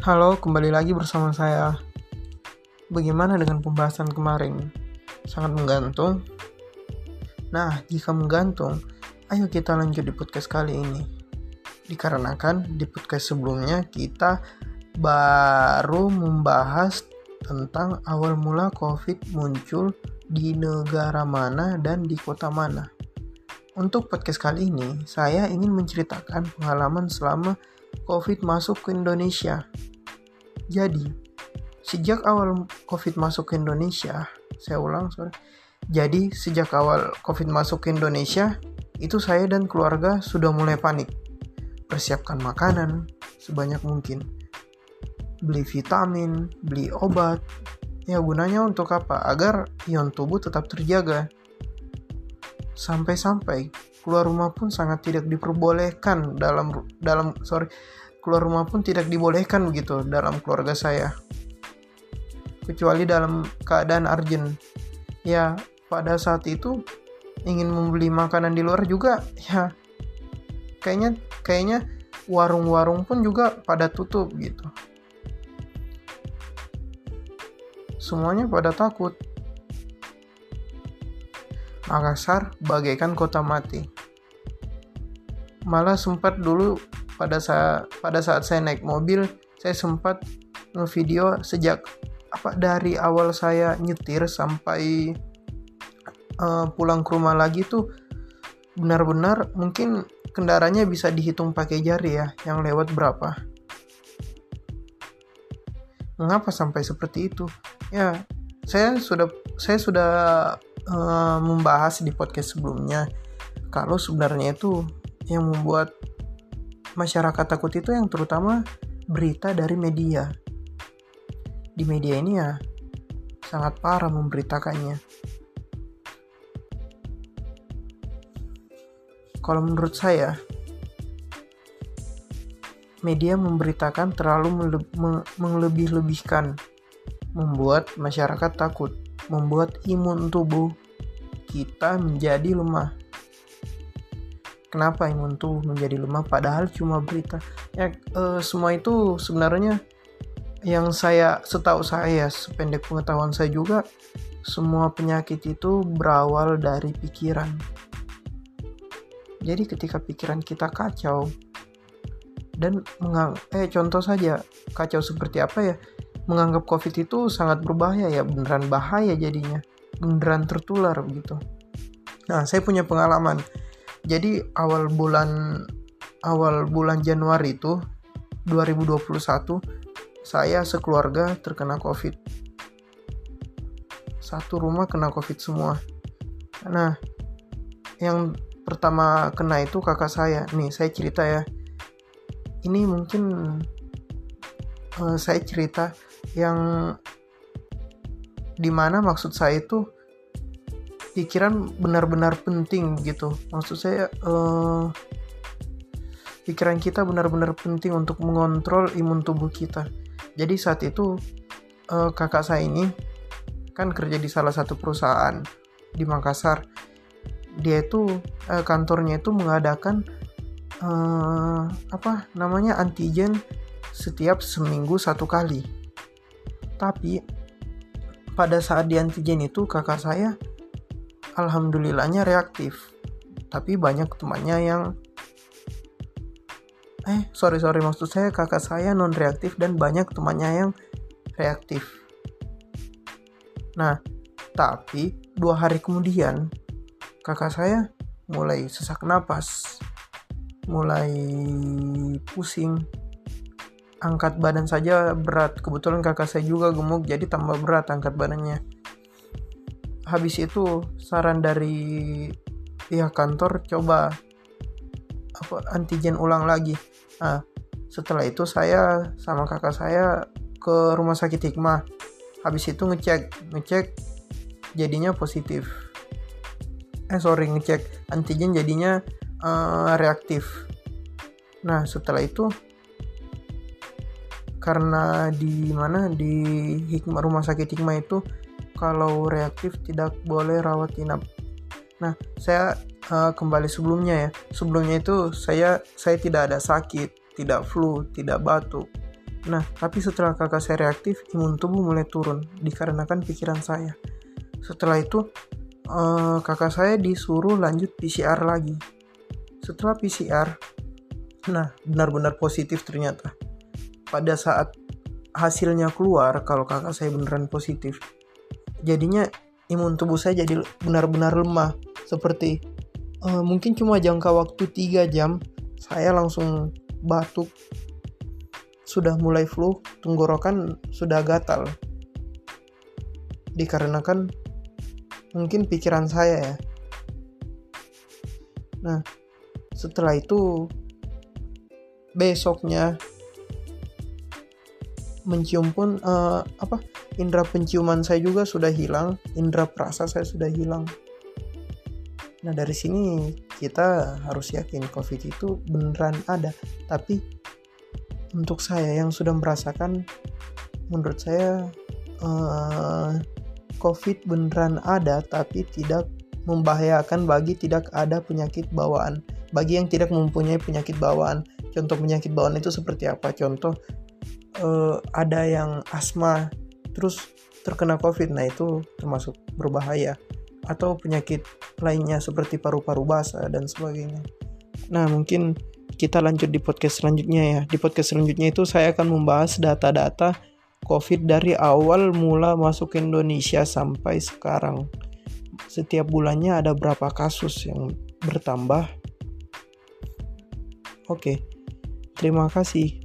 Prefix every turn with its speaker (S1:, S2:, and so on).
S1: Halo, kembali lagi bersama saya. Bagaimana dengan pembahasan kemarin? Sangat menggantung. Nah, jika menggantung, ayo kita lanjut di podcast kali ini. Dikarenakan di podcast sebelumnya kita baru membahas tentang awal mula COVID muncul di negara mana dan di kota mana. Untuk podcast kali ini, saya ingin menceritakan pengalaman selama COVID masuk ke Indonesia. Jadi, sejak awal COVID masuk ke Indonesia, Jadi, sejak awal COVID masuk ke Indonesia, itu saya dan keluarga sudah mulai panik. Persiapkan makanan sebanyak mungkin. Beli vitamin, beli obat. Ya, gunanya untuk apa? Agar ion tubuh tetap terjaga. Sampai-sampai keluar rumah pun sangat tidak diperbolehkan keluar rumah pun tidak dibolehkan begitu dalam keluarga saya, kecuali dalam keadaan urgent. Ya, pada saat itu ingin membeli makanan di luar juga ya kayaknya warung-warung pun juga pada tutup gitu. Semuanya pada takut. Makassar bagaikan kota mati. Malah sempat dulu pada saat saya naik mobil, saya sempat ngevideo sejak dari awal saya nyetir sampai pulang ke rumah lagi tuh benar-benar mungkin kendaraannya bisa dihitung pakai jari ya, yang lewat berapa. Mengapa sampai seperti itu? Ya, saya sudah membahas di podcast sebelumnya kalau sebenarnya itu yang membuat masyarakat takut itu yang terutama berita dari media. Di media ini ya sangat parah memberitakannya. Kalau menurut saya, media memberitakan terlalu melebih-lebihkan, membuat masyarakat takut, membuat imun tubuh kita menjadi lemah. Kenapa imun tubuh menjadi lemah? Padahal cuma berita. Ya, semua itu sebenarnya yang setahu saya, sependek pengetahuan saya juga, semua penyakit itu berawal dari pikiran. Jadi ketika pikiran kita kacau dan contoh saja kacau seperti apa ya? Menganggap COVID itu sangat berbahaya ya, beneran bahaya jadinya, beneran tertular begitu. Nah, saya punya pengalaman. Jadi awal bulan Januari itu 2021, saya sekeluarga terkena COVID. Satu rumah kena COVID semua. Nah, yang pertama kena itu kakak saya. Nih, saya cerita ya. Ini mungkin saya cerita yang dimana maksud saya itu pikiran benar-benar penting gitu. Maksud saya pikiran kita benar-benar penting untuk mengontrol imun tubuh kita. Jadi saat itu kakak saya ini kan kerja di salah satu perusahaan di Makassar. Dia itu kantornya itu mengadakan antigen setiap seminggu 1 kali. Tapi pada saat di antigen itu kakak saya alhamdulillahnya reaktif. Tapi banyak temannya yang maksud saya kakak saya non reaktif dan banyak temannya yang reaktif. Nah, tapi 2 hari kemudian kakak saya mulai sesak napas, mulai pusing, angkat badan saja berat. Kebetulan kakak saya juga gemuk, jadi tambah berat angkat badannya. Habis itu saran dari pihak kantor, coba antigen ulang lagi. Nah, setelah itu saya sama kakak saya ke rumah sakit Hikmah. Habis itu ngecek jadinya positif. Ngecek antigen jadinya reaktif. Nah, setelah itu karena di rumah sakit Hikmah itu kalau reaktif tidak boleh rawat inap. Nah, saya kembali sebelumnya ya. Sebelumnya itu saya tidak ada sakit, tidak flu, tidak batuk. Nah, tapi setelah kakak saya reaktif, imun tubuh mulai turun dikarenakan pikiran saya. Setelah itu, kakak saya disuruh lanjut PCR lagi. Setelah PCR, nah benar-benar positif ternyata. Pada saat hasilnya keluar, kalau kakak saya beneran positif, jadinya imun tubuh saya jadi benar-benar lemah. Seperti mungkin cuma jangka waktu 3 jam, saya langsung batuk, sudah mulai flu, tenggorokan sudah gatal. Dikarenakan mungkin pikiran saya ya. Nah, setelah itu besoknya mencium pun indera penciuman saya juga sudah hilang, indera perasa saya sudah hilang. Nah, dari sini kita harus yakin COVID itu beneran ada. Tapi untuk saya yang sudah merasakan, menurut saya COVID beneran ada, tapi tidak membahayakan bagi tidak ada penyakit bawaan. Bagi yang tidak mempunyai penyakit bawaan. Contoh penyakit bawaan itu seperti apa? Contoh ada yang asma terus terkena COVID, nah itu termasuk berbahaya. Atau penyakit lainnya seperti paru-paru basah dan sebagainya. Nah, mungkin kita lanjut di podcast selanjutnya ya. Di podcast selanjutnya itu saya akan membahas data-data COVID dari awal mula masuk ke Indonesia sampai sekarang. Setiap bulannya ada berapa kasus yang bertambah. Oke, terima kasih.